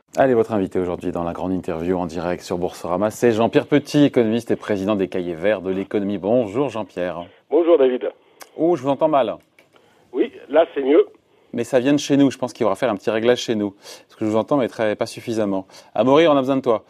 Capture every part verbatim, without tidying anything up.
Allez, votre invité aujourd'hui dans la grande interview en direct sur Boursorama, c'est Jean-Pierre Petit, économiste et président des Cahiers Verts de l'économie. Bonjour Jean-Pierre. Bonjour David. Oh, je vous entends mal. Oui, là c'est mieux. Mais ça vient de chez nous, je pense qu'il faudra faire un petit réglage chez nous. Parce que je vous entends, mais très, pas suffisamment. Amaury, on a besoin de toi.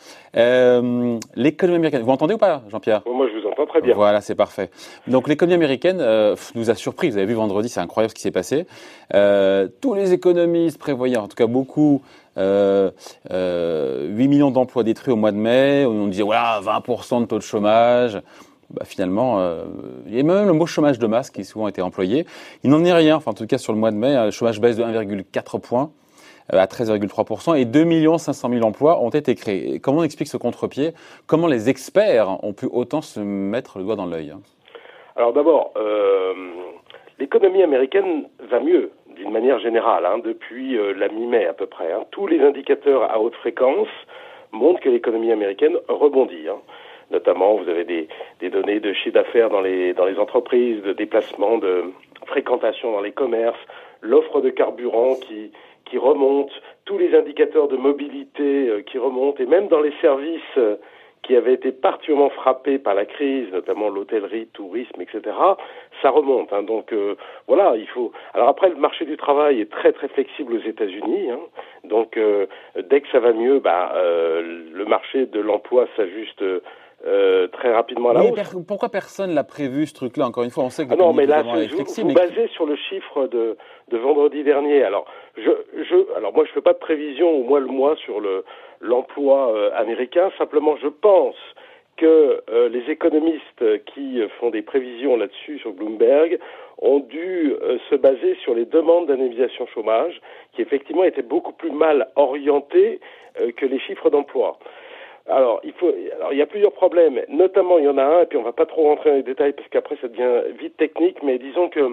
Euh, l'économie américaine, vous m'entendez ou pas, Jean-Pierre ? Moi je vous entends très bien. Voilà, c'est parfait. Donc l'économie américaine euh, nous a surpris. Vous avez vu vendredi, c'est incroyable ce qui s'est passé. Euh, tous les économistes prévoyaient, en tout cas beaucoup, euh, euh, huit millions d'emplois détruits au mois de mai. On disait, voilà, vingt pour cent de taux de chômage. Bah, finalement, euh, il y a même le mot chômage de masse qui souvent été employé. Il n'en est rien, enfin en tout cas sur le mois de mai, le chômage baisse de un virgule quatre points euh, à treize virgule trois pour cent et deux millions cinq cent mille emplois ont été créés. Et comment on explique ce contre-pied ? Comment les experts ont pu autant se mettre le doigt dans l'œil ? Alors d'abord, euh, l'économie américaine va mieux d'une manière générale, hein, depuis euh, la mi-mai à peu près. Hein. Tous les indicateurs à haute fréquence montrent que l'économie américaine rebondit. Hein. Notamment, vous avez des, des données de chiffre d'affaires dans les, dans les entreprises, de déplacement, de fréquentation dans les commerces, l'offre de carburant qui, qui remonte, tous les indicateurs de mobilité euh, qui remontent, et même dans les services euh, qui avaient été particulièrement frappés par la crise, notamment l'hôtellerie, le tourisme, et cetera, ça remonte. Hein. Donc euh, voilà, il faut. Alors après, le marché du travail est très très flexible aux États-Unis. Hein. Donc euh, dès que ça va mieux, bah, euh, le marché de l'emploi s'ajuste Euh, très rapidement à la oui, hausse. Per- pourquoi personne l'a prévu ce truc-là ? Encore une fois, on sait que ah non, mais là, est je, flexible. vous, vous mais... basez sur le chiffre de, de vendredi dernier. Alors, je, je, alors moi, je fais pas de prévision au mois le mois sur le l'emploi euh, américain. Simplement, je pense que euh, les économistes qui font des prévisions là-dessus sur Bloomberg ont dû euh, se baser sur les demandes d'indemnisation chômage, qui effectivement étaient beaucoup plus mal orientées euh, que les chiffres d'emploi. Alors, il faut, alors, il y a plusieurs problèmes. Notamment, il y en a un, et puis on va pas trop rentrer dans les détails parce qu'après ça devient vite technique, mais disons que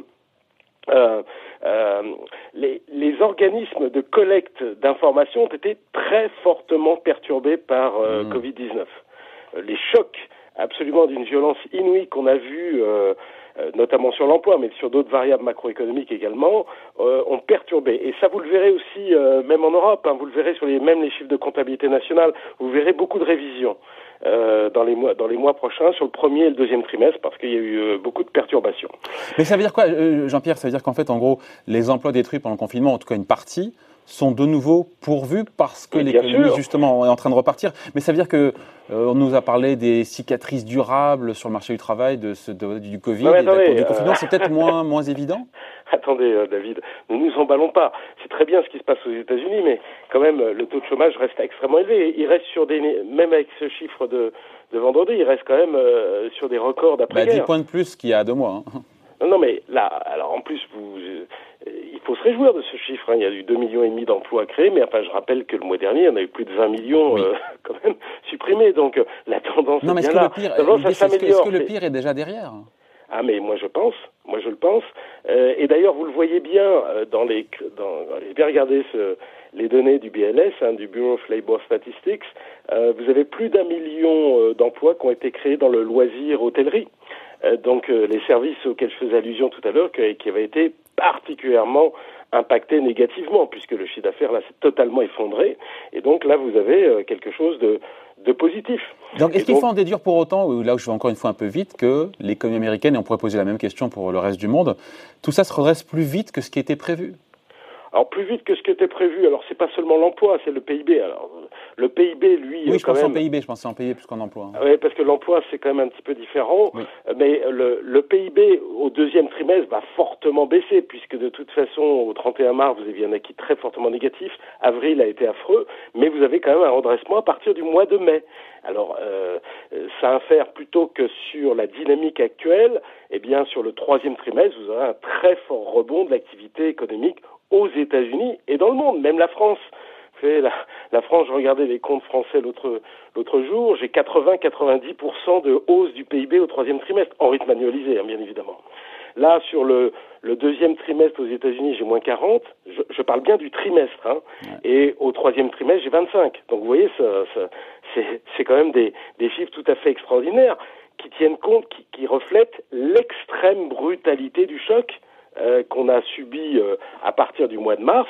euh, euh, les, les organismes de collecte d'informations ont été très fortement perturbés par euh, mmh. covid dix-neuf. Les chocs absolument d'une violence inouïe qu'on a vu euh, euh, notamment sur l'emploi, mais sur d'autres variables macroéconomiques également, euh, ont perturbé. Et ça, vous le verrez aussi, euh, même en Europe, hein, vous le verrez sur les, même les chiffres de comptabilité nationale, vous verrez beaucoup de révisions euh, dans les mois, dans les mois prochains, sur le premier et le deuxième trimestre, parce qu'il y a eu euh, beaucoup de perturbations. Mais ça veut dire quoi, euh, Jean-Pierre ? Ça veut dire qu'en fait, en gros, les emplois détruits pendant le confinement, en tout cas une partie, sont de nouveau pourvus parce que Mais l'économie, justement, est en train de repartir. Mais ça veut dire que euh, on nous a parlé des cicatrices durables sur le marché du travail, de ce, de, du Covid, non, et attendez, du euh... confinement. C'est peut-être moins, moins évident ? Attendez, euh, David, ne nous emballons pas. C'est très bien ce qui se passe aux États-Unis, mais quand même, le taux de chômage reste extrêmement élevé. Il reste sur des, même avec ce chiffre de, de vendredi, il reste quand même euh, sur des records d'après-guerre. Bah, dix points de plus qu'il y a deux mois. Hein. Non, non, mais là, alors en plus, vous, euh, il faut se réjouir de ce chiffre. Hein. Il y a eu deux millions et demi d'emplois créés, mais enfin, je rappelle que le mois dernier, il y en a eu plus de vingt millions oui. euh, quand même supprimés. Donc, euh, la tendance non, mais est est-ce bien que là. Le pire, D'abord, ça s'améliore. Est-ce que le pire est déjà derrière ? Ah, mais moi, je pense. Moi, je le pense. Euh, et d'ailleurs, vous le voyez bien euh, dans les... Dans, j'ai bien regardé ce, les données du B L S, hein, du Bureau of Labor Statistics. Euh, vous avez plus d'un million euh, d'emplois qui ont été créés dans le loisir hôtellerie. Euh, donc euh, les services auxquels je faisais allusion tout à l'heure, qui, qui avaient été particulièrement impactés négativement, puisque le chiffre d'affaires là s'est totalement effondré. Et donc là, vous avez euh, quelque chose de, de positif. Donc est-ce et qu'il donc... faut en déduire pour autant, ou là où je vais encore une fois un peu vite, que l'économie américaine, et on pourrait poser la même question pour le reste du monde, tout ça se redresse plus vite que ce qui était prévu ? Alors plus vite que ce qui était prévu. Alors c'est pas seulement l'emploi, c'est le P I B. Alors le P I B, lui, oui, je quand pense même... en P I B, je pense en P I B plus qu'en emploi. Hein. Oui, parce que l'emploi c'est quand même un petit peu différent. Oui. Mais le, le P I B au deuxième trimestre va fortement baisser, puisque de toute façon au trente et un mars vous aviez un acquis très fortement négatif. Avril a été affreux, mais vous avez quand même un redressement à partir du mois de mai. Alors euh, ça infère plutôt que sur la dynamique actuelle, eh bien sur le troisième trimestre vous aurez un très fort rebond de l'activité économique aux États-Unis et dans le monde, même la France. Fait la, la France, je regardais les comptes français l'autre l'autre jour, j'ai quatre-vingts à quatre-vingt-dix pour cent de hausse du P I B au troisième trimestre, en rythme annualisé, hein, bien évidemment. Là, sur le, le deuxième trimestre aux États-Unis, j'ai moins quarante. Je, je parle bien du trimestre, hein. Ouais. Et au troisième trimestre, j'ai vingt-cinq. Donc, vous voyez, ça, ça, c'est, c'est quand même des, des chiffres tout à fait extraordinaires qui tiennent compte, qui, qui reflètent l'extrême brutalité du choc euh, qu'on a subi euh, à partir du mois de mars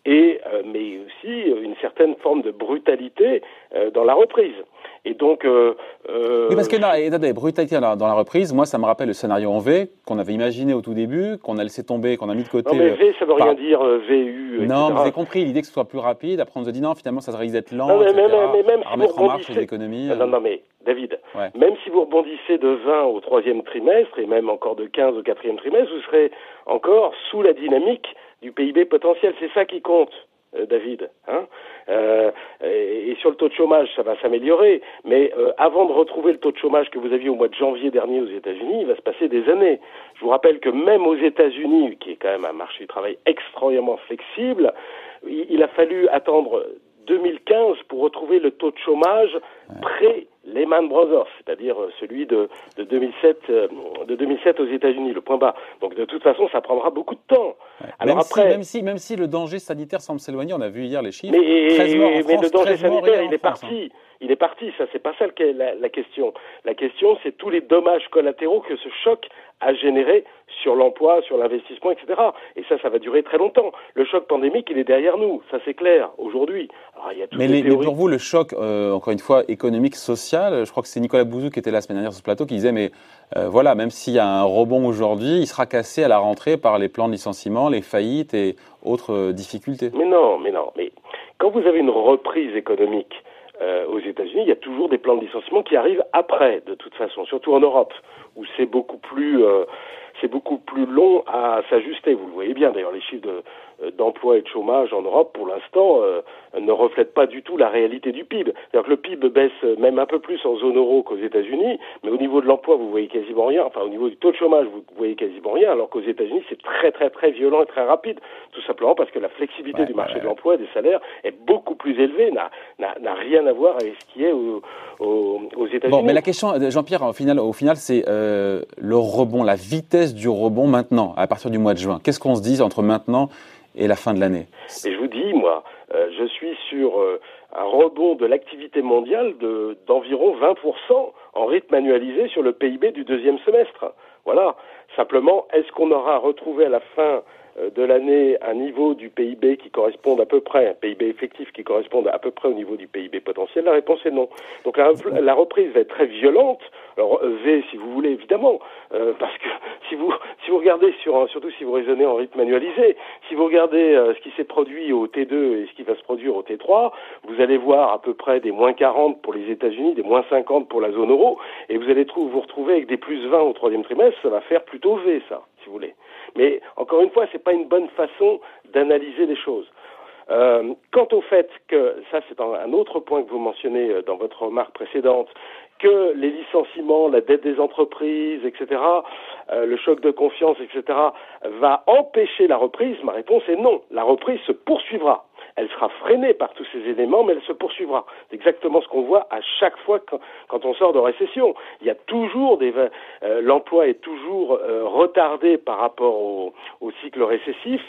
et euh, mais aussi une certaine forme de brutalité euh, dans la reprise. Et donc, euh, euh, oui, parce que non, et, attendez, brutalité dans la, dans la reprise, moi, ça me rappelle le scénario en V qu'on avait imaginé au tout début, qu'on a laissé tomber, qu'on a mis de côté. Non, mais V, ça veut par... rien dire, euh, V U, et cetera. Non, mais vous avez compris l'idée que ce soit plus rapide. Après, on nous a dit non, finalement, ça risque d'être lent, non, mais, et cetera. Mais, mais même à si vous remettre en marche rebondissez... les économies. Non, non, non, mais David, ouais. même si vous rebondissez de vingt au troisième trimestre, et même encore de quinze au quatrième trimestre, vous serez encore sous la dynamique du P I B potentiel. C'est ça qui compte. Euh, David, hein euh, et, et sur le taux de chômage, ça va s'améliorer, mais euh, avant de retrouver le taux de chômage que vous aviez au mois de janvier dernier aux États-Unis, il va se passer des années. Je vous rappelle que même aux États-Unis, qui est quand même un marché du travail extrêmement flexible, il, il a fallu attendre deux mille quinze pour retrouver le taux de chômage pré Lehman Brothers, c'est-à-dire celui de, de deux mille sept, de deux mille sept aux États-Unis, le point bas. Donc de toute façon, ça prendra beaucoup de temps. Ouais. Alors même, après, si, même, si, même si le danger sanitaire semble s'éloigner, on a vu hier les chiffres. Mais, treize morts en mais France, le danger sanitaire, il est France, parti. Hein. Il est parti. Ça, c'est pas ça le, la, la question. La question, c'est tous les dommages collatéraux que ce choc a généré sur l'emploi, sur l'investissement, et cetera. Et ça, ça va durer très longtemps. Le choc pandémique, il est derrière nous. Ça, c'est clair aujourd'hui. Alors, il y a toutes mais, les les, mais pour vous, le choc, euh, encore une fois, économique, social, je crois que c'est Nicolas Bouzou qui était la semaine dernière sur ce plateau qui disait, mais euh, voilà, même s'il y a un rebond aujourd'hui, il sera cassé à la rentrée par les plans de licenciement, les faillites et autres euh, difficultés. Mais non, mais non. Mais quand vous avez une reprise économique euh, aux États-Unis, il y a toujours des plans de licenciement qui arrivent après, de toute façon, surtout en Europe, où c'est beaucoup plus... Euh, c'est beaucoup plus long à s'ajuster. Vous le voyez bien, d'ailleurs, les chiffres de, d'emploi et de chômage en Europe, pour l'instant, euh, ne reflètent pas du tout la réalité du P I B. C'est-à-dire que le P I B baisse même un peu plus en zone euro qu'aux États-Unis, mais au niveau de l'emploi, vous voyez quasiment rien. Enfin, au niveau du taux de chômage, vous voyez quasiment rien, alors qu'aux États-Unis, c'est très, très, très violent et très rapide. Tout simplement parce que la flexibilité ouais, du marché ouais. de l'emploi et des salaires est beaucoup plus élevée, n'a, n'a, n'a rien à voir avec ce qui est au, au, aux États-Unis. Bon, mais la question, Jean-Pierre, au final, au final c'est euh, le rebond, la vitesse du rebond maintenant, à partir du mois de juin. Qu'est-ce qu'on se dit entre maintenant et la fin de l'année? Et je vous dis, moi, euh, je suis sur euh, un rebond de l'activité mondiale de, d'environ vingt pour cent en rythme annualisé sur le P I B du deuxième semestre. Voilà. Simplement, est-ce qu'on aura retrouvé à la fin de l'année un niveau du P I B qui corresponde à peu près, un P I B effectif qui corresponde à peu près au niveau du P I B potentiel? La réponse est non. Donc la, la reprise va être très violente. Alors V, si vous voulez, évidemment, euh, parce que si vous si vous regardez sur, surtout si vous raisonnez en rythme annualisé, si vous regardez euh, ce qui s'est produit au T deux et ce qui va se produire au T trois, vous allez voir à peu près des moins quarante pour les États-Unis, des moins cinquante pour la zone euro, et vous allez trou- vous retrouver avec des plus vingt au troisième trimestre. Ça va faire plutôt V, ça, si vous voulez. Mais encore une fois, c'est pas une bonne façon d'analyser les choses. Euh, quant au fait que, ça c'est un autre point que vous mentionnez dans votre remarque précédente, que les licenciements, la dette des entreprises, et cetera, euh, le choc de confiance, et cetera, va empêcher la reprise, ma réponse est non. La reprise se poursuivra. Elle sera freinée par tous ces éléments, mais elle se poursuivra. C'est exactement ce qu'on voit à chaque fois quand, quand on sort de récession. Il y a toujours des, euh, l'emploi est toujours euh, retardé par rapport au, au cycle récessif.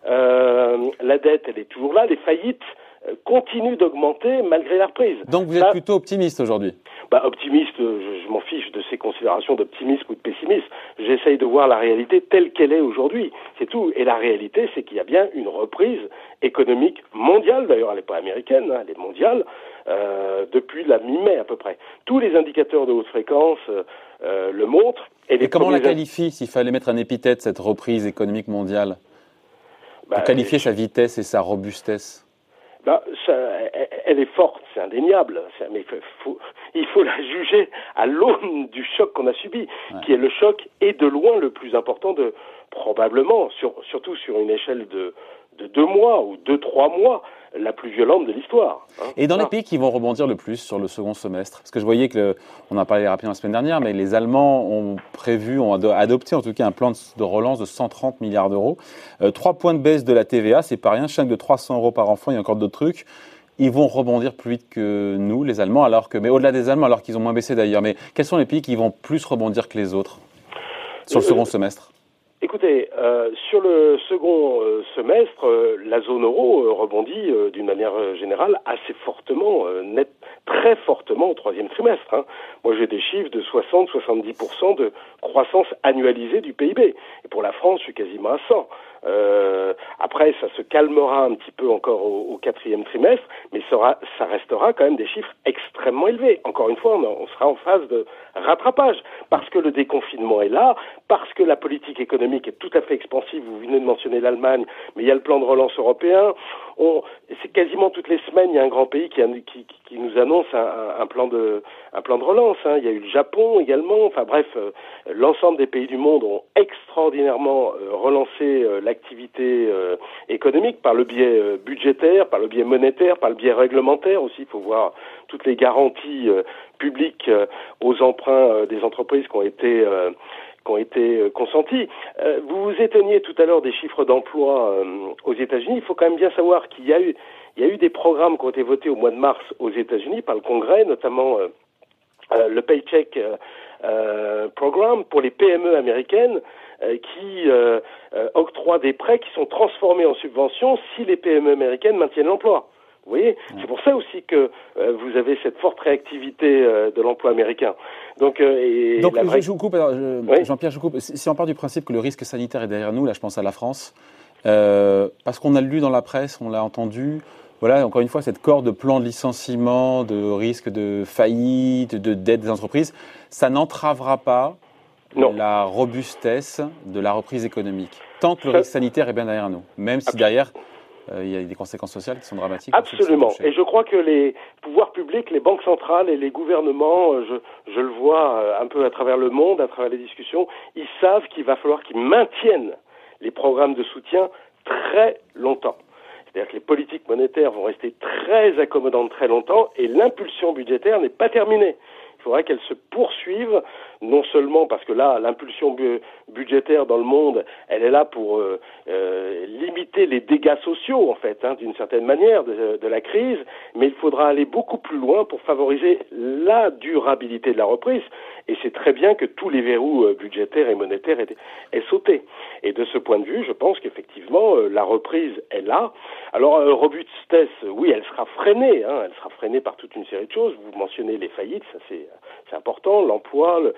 Euh, la dette, elle est toujours là. Les faillites euh, continuent d'augmenter malgré la reprise. Donc vous êtes Ça, plutôt optimiste aujourd'hui? Bah, optimiste, je, je m'en fiche de ces considérations d'optimisme ou de pessimisme. J'essaye de voir la réalité telle qu'elle est aujourd'hui. C'est tout. Et la réalité, c'est qu'il y a bien une reprise économique mondiale. D'ailleurs, elle n'est pas américaine, hein, elle est mondiale, euh, depuis la mi-mai à peu près. Tous les indicateurs de haute fréquence euh, le montrent. Et, les et comment on la premiers... qualifie, s'il fallait mettre un épithète, cette reprise économique mondiale, bah, pour qualifier je... sa vitesse et sa robustesse? Ben, ça, elle est forte, c'est indéniable, mais il faut, il faut la juger à l'aune du choc qu'on a subi, ouais. qui est le choc et de loin le plus important de, probablement, sur, surtout sur une échelle de, de deux mois ou deux, trois mois, la plus violente de l'histoire. Hein. Et dans ah. les pays qui vont rebondir le plus sur le second semestre, parce que je voyais que, le, on en a parlé rapidement la semaine dernière, mais les Allemands ont prévu, ont adopté en tout cas un plan de relance de cent trente milliards d'euros. Euh, trois points de baisse de la T V A, c'est pas rien, chaque de trois cents euros par enfant, il y a encore d'autres trucs. Ils vont rebondir plus vite que nous, les Allemands, alors que, mais au-delà des Allemands, alors qu'ils ont moins baissé d'ailleurs. Mais quels sont les pays qui vont plus rebondir que les autres sur le euh, second semestre? Écoutez, euh, sur le second euh, semestre, euh, la zone euro euh, rebondit euh, d'une manière euh, générale assez fortement, euh, net, très fortement au troisième trimestre. Hein. Moi, j'ai des chiffres de soixante à soixante-dix pour cent de croissance annualisée du P I B. Et pour la France, je suis quasiment à cent. Euh, après, ça se calmera un petit peu encore au, au quatrième trimestre, mais ça, aura, ça restera quand même des chiffres extrêmement élevés. Encore une fois, on, on sera en phase de rattrapage, parce que le déconfinement est là, parce que la politique économique est tout à fait expansive. Vous venez de mentionner l'Allemagne, mais il y a le plan de relance européen. On, c'est quasiment toutes les semaines, il y a un grand pays qui, qui, qui nous annonce un, un plan de, un plan de relance. Hein. Il y a eu le Japon également. Enfin bref, euh, l'ensemble des pays du monde ont extraordinairement euh, relancé euh, l'activité euh, économique par le biais euh, budgétaire, par le biais monétaire, par le biais réglementaire aussi. Il faut voir toutes les garanties euh, publiques euh, aux emprunts euh, des entreprises qui ont été euh, qui ont été consentis. Euh, vous vous étonniez tout à l'heure des chiffres d'emploi euh, aux États-Unis. Il faut quand même bien savoir qu'il y a eu, il y a eu des programmes qui ont été votés au mois de mars aux États-Unis par le Congrès, notamment euh, euh, le Paycheck euh, euh, Program pour les P M E américaines euh, qui euh, euh, octroient des prêts qui sont transformés en subventions si les P M E américaines maintiennent l'emploi. Vous voyez, ouais. C'est pour ça aussi que euh, vous avez cette forte réactivité euh, de l'emploi américain. Donc, euh, et Donc vraie... je vous coupe, alors, je, oui Jean-Pierre, je vous coupe. Si on part du principe que le risque sanitaire est derrière nous, là je pense à la France, euh, parce qu'on a lu dans la presse, on l'a entendu, voilà, encore une fois, cette corde de plans de licenciement, de risque de faillite, de dette des entreprises, ça n'entravera pas non. la robustesse de la reprise économique, tant que le ça... risque sanitaire est bien derrière nous, même si Absolument. derrière... Euh, il y a des conséquences sociales qui sont dramatiques. Absolument. Et je crois que les pouvoirs publics, les banques centrales et les gouvernements, je, je le vois un peu à travers le monde, à travers les discussions, ils savent qu'il va falloir qu'ils maintiennent les programmes de soutien très longtemps. C'est-à-dire que les politiques monétaires vont rester très accommodantes très longtemps et l'impulsion budgétaire n'est pas terminée. Il faudrait qu'elle se poursuive, non seulement parce que là, l'impulsion bu- budgétaire dans le monde, elle est là pour euh, euh, limiter les dégâts sociaux, en fait, hein, d'une certaine manière, de, de la crise, mais il faudra aller beaucoup plus loin pour favoriser la durabilité de la reprise. Et c'est très bien que tous les verrous euh, budgétaires et monétaires aient, aient sauté. Et de ce point de vue, je pense qu'effectivement, euh, la reprise est là. Alors, euh, robustesse, oui, elle sera freinée, hein, elle sera freinée par toute une série de choses. Vous mentionnez les faillites, ça c'est c'est important, l'emploi, le,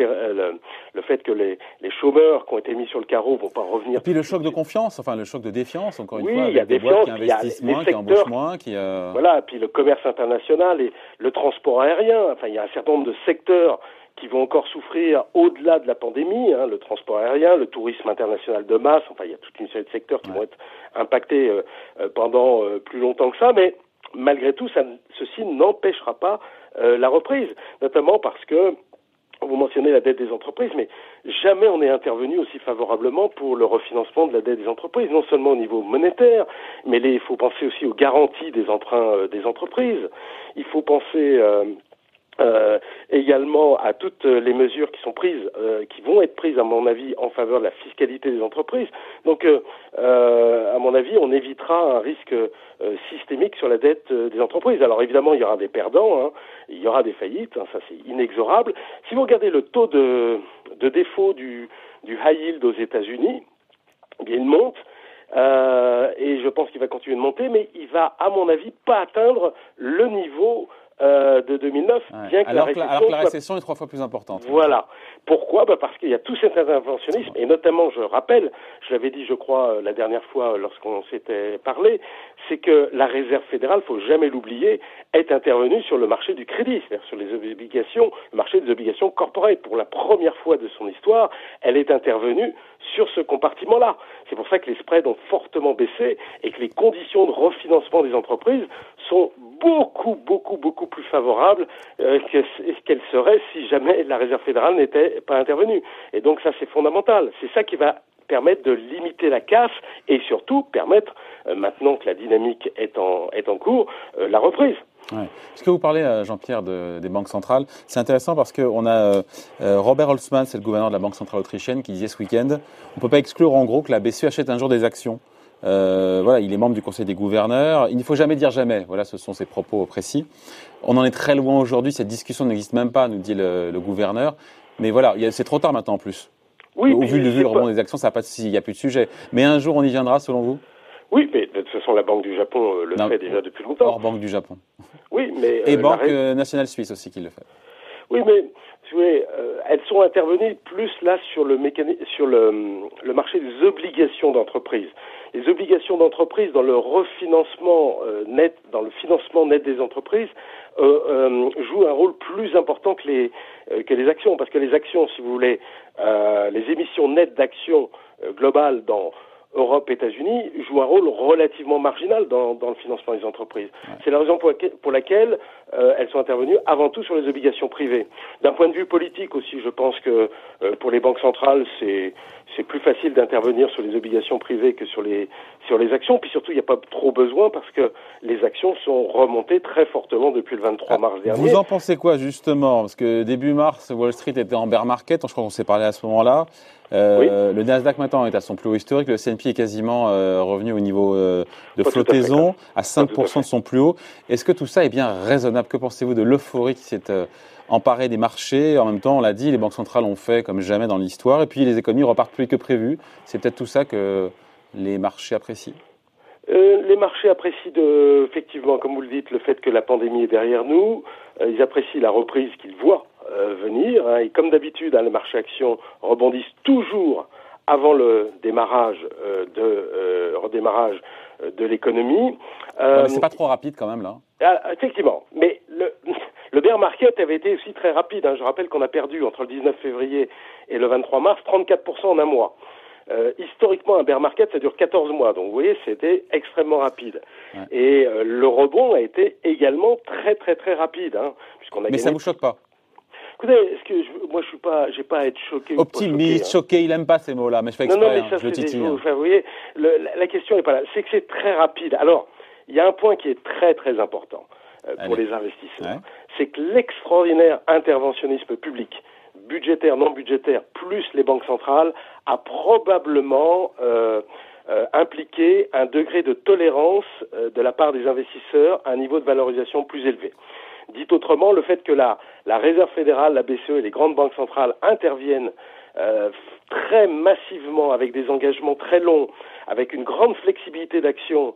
le, le fait que les, les chômeurs qui ont été mis sur le carreau vont pas revenir. Et puis le choc de confiance, enfin le choc de défiance, encore une oui, fois, avec il y a des défiance, boîtes qui investissent moins, secteurs, qui embauchent moins, qui... Euh... Voilà, puis le commerce international et le transport aérien, enfin il y a un certain nombre de secteurs qui vont encore souffrir au-delà de la pandémie, hein, le transport aérien, le tourisme international de masse, enfin il y a toute une série de secteurs qui ouais. vont être impactés euh, euh, pendant euh, plus longtemps que ça, mais malgré tout, ça, ceci n'empêchera pas euh, la reprise, notamment parce que vous mentionnez la dette des entreprises, mais jamais on n'est intervenu aussi favorablement pour le refinancement de la dette des entreprises, non seulement au niveau monétaire, mais il faut penser aussi aux garanties des emprunts euh, des entreprises. Il faut penser euh, euh, également à toutes les mesures qui sont prises, euh, qui vont être prises, à mon avis, en faveur de la fiscalité des entreprises. Donc, euh, euh, à mon avis, on évitera un risque euh, systémique sur la dette euh, des entreprises. Alors, évidemment, il y aura des perdants, hein, il y aura des faillites, hein, ça c'est inexorable. Si vous regardez le taux de, de défaut du, du high yield aux États-Unis, eh bien, il monte. Euh, et je pense qu'il va continuer de monter, mais il va, à mon avis, pas atteindre le niveau Euh, de deux mille neuf, ouais. bien que alors, la que la, récession alors que la soit... récession est trois fois plus importante. Voilà. Pourquoi ? Bah parce qu'il y a tout cet interventionnisme, et notamment, je rappelle, je l'avais dit, je crois, la dernière fois lorsqu'on s'était parlé, c'est que la Réserve fédérale, faut jamais l'oublier, est intervenue sur le marché du crédit, c'est-à-dire sur les obligations, le marché des obligations corporate. Pour la première fois de son histoire, elle est intervenue sur ce compartiment-là. C'est pour ça que les spreads ont fortement baissé et que les conditions de refinancement des entreprises sont beaucoup, beaucoup, beaucoup plus favorables euh, que ce qu'elles seraient si jamais la Réserve fédérale n'était pas intervenue. Et donc ça, c'est fondamental. C'est ça qui va permettre de limiter la casse et surtout permettre, euh, maintenant que la dynamique est en, est en cours, euh, la reprise. Ouais. Ce que vous parlez, Jean-Pierre, de, des banques centrales, c'est intéressant parce qu'on a euh, Robert Holzmann, c'est le gouverneur de la Banque centrale autrichienne, qui disait ce week-end, on ne peut pas exclure en gros que la B C E achète un jour des actions. Euh, voilà, il est membre du Conseil des gouverneurs. Il ne faut jamais dire jamais. Voilà, ce sont ses propos précis. On en est très loin aujourd'hui. Cette discussion n'existe même pas, nous dit le, le gouverneur. Mais voilà, il y a, c'est trop tard maintenant en plus. Oui, Au vu, vu le rebond des actions, ça n'a pas de, il n'y a plus de sujet. Mais un jour, on y viendra, selon vous ? Oui, mais de toute façon, la Banque du Japon le non, fait déjà depuis longtemps. Hors Banque du Japon. Oui, mais et euh, Banque la... nationale suisse aussi qui le fait. Oui, mais si vous voulez, euh, elles sont intervenues plus là sur le mécani- sur le, le marché des obligations d'entreprise. Les obligations d'entreprise dans le refinancement euh, net, dans le financement net des entreprises, euh, euh, jouent un rôle plus important que les euh, que les actions, parce que les actions, si vous voulez, euh, les émissions nettes d'actions euh, globales dans Europe, États-Unis, jouent un rôle relativement marginal dans, dans le financement des entreprises. Ouais. C'est la raison pour laquelle, pour laquelle euh, elles sont intervenues avant tout sur les obligations privées. D'un point de vue politique aussi, je pense que euh, pour les banques centrales, c'est c'est plus facile d'intervenir sur les obligations privées que sur les sur les actions. Puis surtout, il n'y a pas trop besoin parce que les actions sont remontées très fortement depuis le vingt-trois mars ah, dernier. Vous en pensez quoi justement? Parce que début mars, Wall Street était en bear market. Je crois qu'on s'est parlé à ce moment-là. Euh, oui. Le Nasdaq maintenant est à son plus haut historique. Le S and P est quasiment euh, revenu au niveau euh, de pas flottaison, à, à cinq pour cent de son plus haut. Est-ce que tout ça est bien raisonnable? Que pensez-vous de l'euphorie qui s'est euh, emparée des marchés? En même temps, on l'a dit, les banques centrales ont fait comme jamais dans l'histoire. Et puis les économies repartent plus que prévu. C'est peut-être tout ça que les marchés apprécient. Euh, les marchés apprécient de, effectivement, comme vous le dites, le fait que la pandémie est derrière nous. Euh, ils apprécient la reprise qu'ils voient euh, venir. Hein, et comme d'habitude, hein, les marchés actions rebondissent toujours avant le démarrage euh, de euh, redémarrage euh, de l'économie. Euh, ouais, mais c'est pas trop rapide quand même là. Ah, effectivement, mais le, le bear market avait été aussi très rapide. Hein. Je rappelle qu'on a perdu entre le dix-neuf février et le vingt-trois mars trente-quatre pour cent en un mois. Euh, historiquement, un bear market, ça dure quatorze mois. Donc, vous voyez, c'était extrêmement rapide. Ouais. Et euh, le rebond a été également très, très, très rapide. Hein, puisqu'on a Mais gagné... ça vous choque pas? Écoutez, est-ce que je, moi, je suis pas, j'ai pas à être choqué. Optimiste, choqué, hein. choqué, il aime pas ces mots-là, mais je fais exprès. Non, non, mais ça, hein, je c'est titille, des hein. Enfin, vous voyez, le, la, la question n'est pas là. C'est que c'est très rapide. Alors, il y a un point qui est très, très important euh, pour Allez. les investisseurs. Ouais. C'est que l'extraordinaire interventionnisme public, budgétaire, non budgétaire, plus les banques centrales, a probablement euh, euh, impliqué un degré de tolérance euh, de la part des investisseurs à un niveau de valorisation plus élevé. Dit autrement, le fait que la, la Réserve fédérale, la B C E et les grandes banques centrales interviennent euh, très massivement avec des engagements très longs, avec une grande flexibilité d'action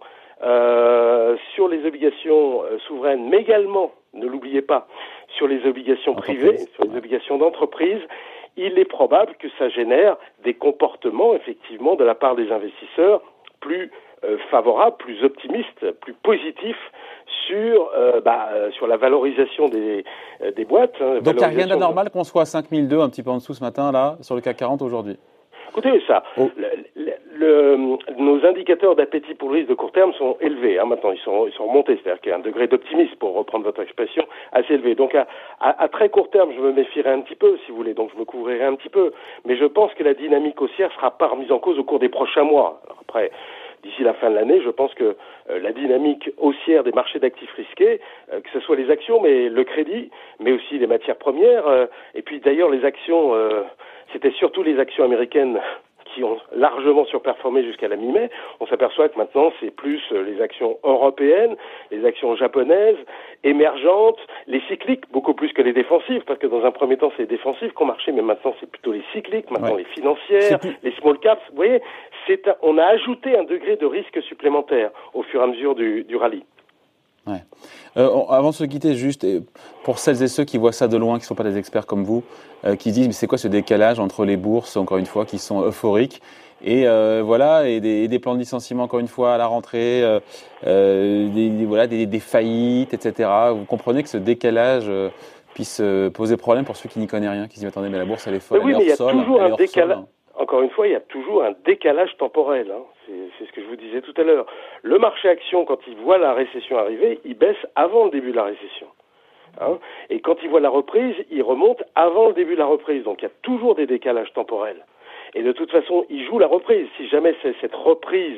euh, sur les obligations euh, souveraines, mais également, ne l'oubliez pas, sur les obligations privées, sur les obligations d'entreprise, il est probable que ça génère des comportements, effectivement, de la part des investisseurs plus euh, favorables, plus optimistes, plus positifs sur euh, bah, euh, sur la valorisation des, euh, des boîtes. Hein, donc il n'y a rien d'anormal de... qu'on soit à cinq mille deux, un petit peu en dessous ce matin, là, sur le C A C quarante aujourd'hui? Écoutez, ça, oh. le, le, le, nos indicateurs d'appétit pour le risque de court terme sont élevés. Hein, maintenant, ils sont, ils sont remontés, c'est-à-dire qu'il y a un degré d'optimisme, pour reprendre votre expression, assez élevé. Donc, à, à, à très court terme, je me méfierai un petit peu, si vous voulez, donc je me couvrirai un petit peu. Mais je pense que la dynamique haussière ne sera pas remise en cause au cours des prochains mois. Alors après, d'ici la fin de l'année, je pense que euh, la dynamique haussière des marchés d'actifs risqués, euh, que ce soit les actions, mais le crédit, mais aussi les matières premières, euh, et puis d'ailleurs les actions, euh, c'était surtout les actions américaines qui ont largement surperformé jusqu'à la mi-mai. On s'aperçoit que maintenant, c'est plus les actions européennes, les actions japonaises, émergentes, les cycliques, beaucoup plus que les défensives, parce que dans un premier temps, c'est les défensives qui ont marché, mais maintenant, c'est plutôt les cycliques, maintenant ouais. les financières, plus... les small caps. Vous voyez, c'est un... on a ajouté un degré de risque supplémentaire au fur et à mesure du, du rallye. Ouais. Euh, avant de se quitter, juste pour celles et ceux qui voient ça de loin, qui ne sont pas des experts comme vous, euh, qui disent mais c'est quoi ce décalage entre les bourses, encore une fois, qui sont euphoriques et euh, voilà et des, et des plans de licenciement encore une fois à la rentrée, euh, euh, des, des, voilà des, des faillites, et cetera. Vous comprenez que ce décalage euh, puisse euh, poser problème pour ceux qui n'y connaissent rien, qui se disent attendez mais la bourse elle est folle, mais oui, elle est hors sol, il y a toujours elle un est hors sol. Décala... Encore une fois, il y a toujours un décalage temporel. Hein. C'est, c'est ce que je vous disais tout à l'heure. Le marché action, quand il voit la récession arriver, il baisse avant le début de la récession. Hein. Et quand il voit la reprise, il remonte avant le début de la reprise. Donc il y a toujours des décalages temporels. Et de toute façon, il joue la reprise. Si jamais c'est cette reprise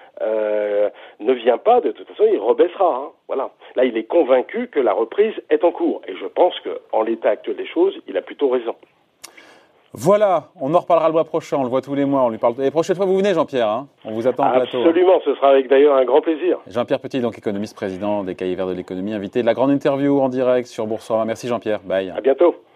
euh, ne vient pas, de toute façon, il rebaissera. Hein. Voilà. Là, il est convaincu que la reprise est en cours. Et je pense qu'en l'état actuel des choses, il a plutôt raison. Voilà, on en reparlera le mois prochain, on le voit tous les mois, on lui parle. Et la prochaine fois, vous venez, Jean-Pierre, hein, on vous attend au plateau. Absolument, hein. Ce sera avec d'ailleurs un grand plaisir. Jean-Pierre Petit, donc économiste, président des Cahiers Verts de l'économie, invité de la grande interview en direct sur Boursorama. Merci Jean-Pierre, bye. À bientôt.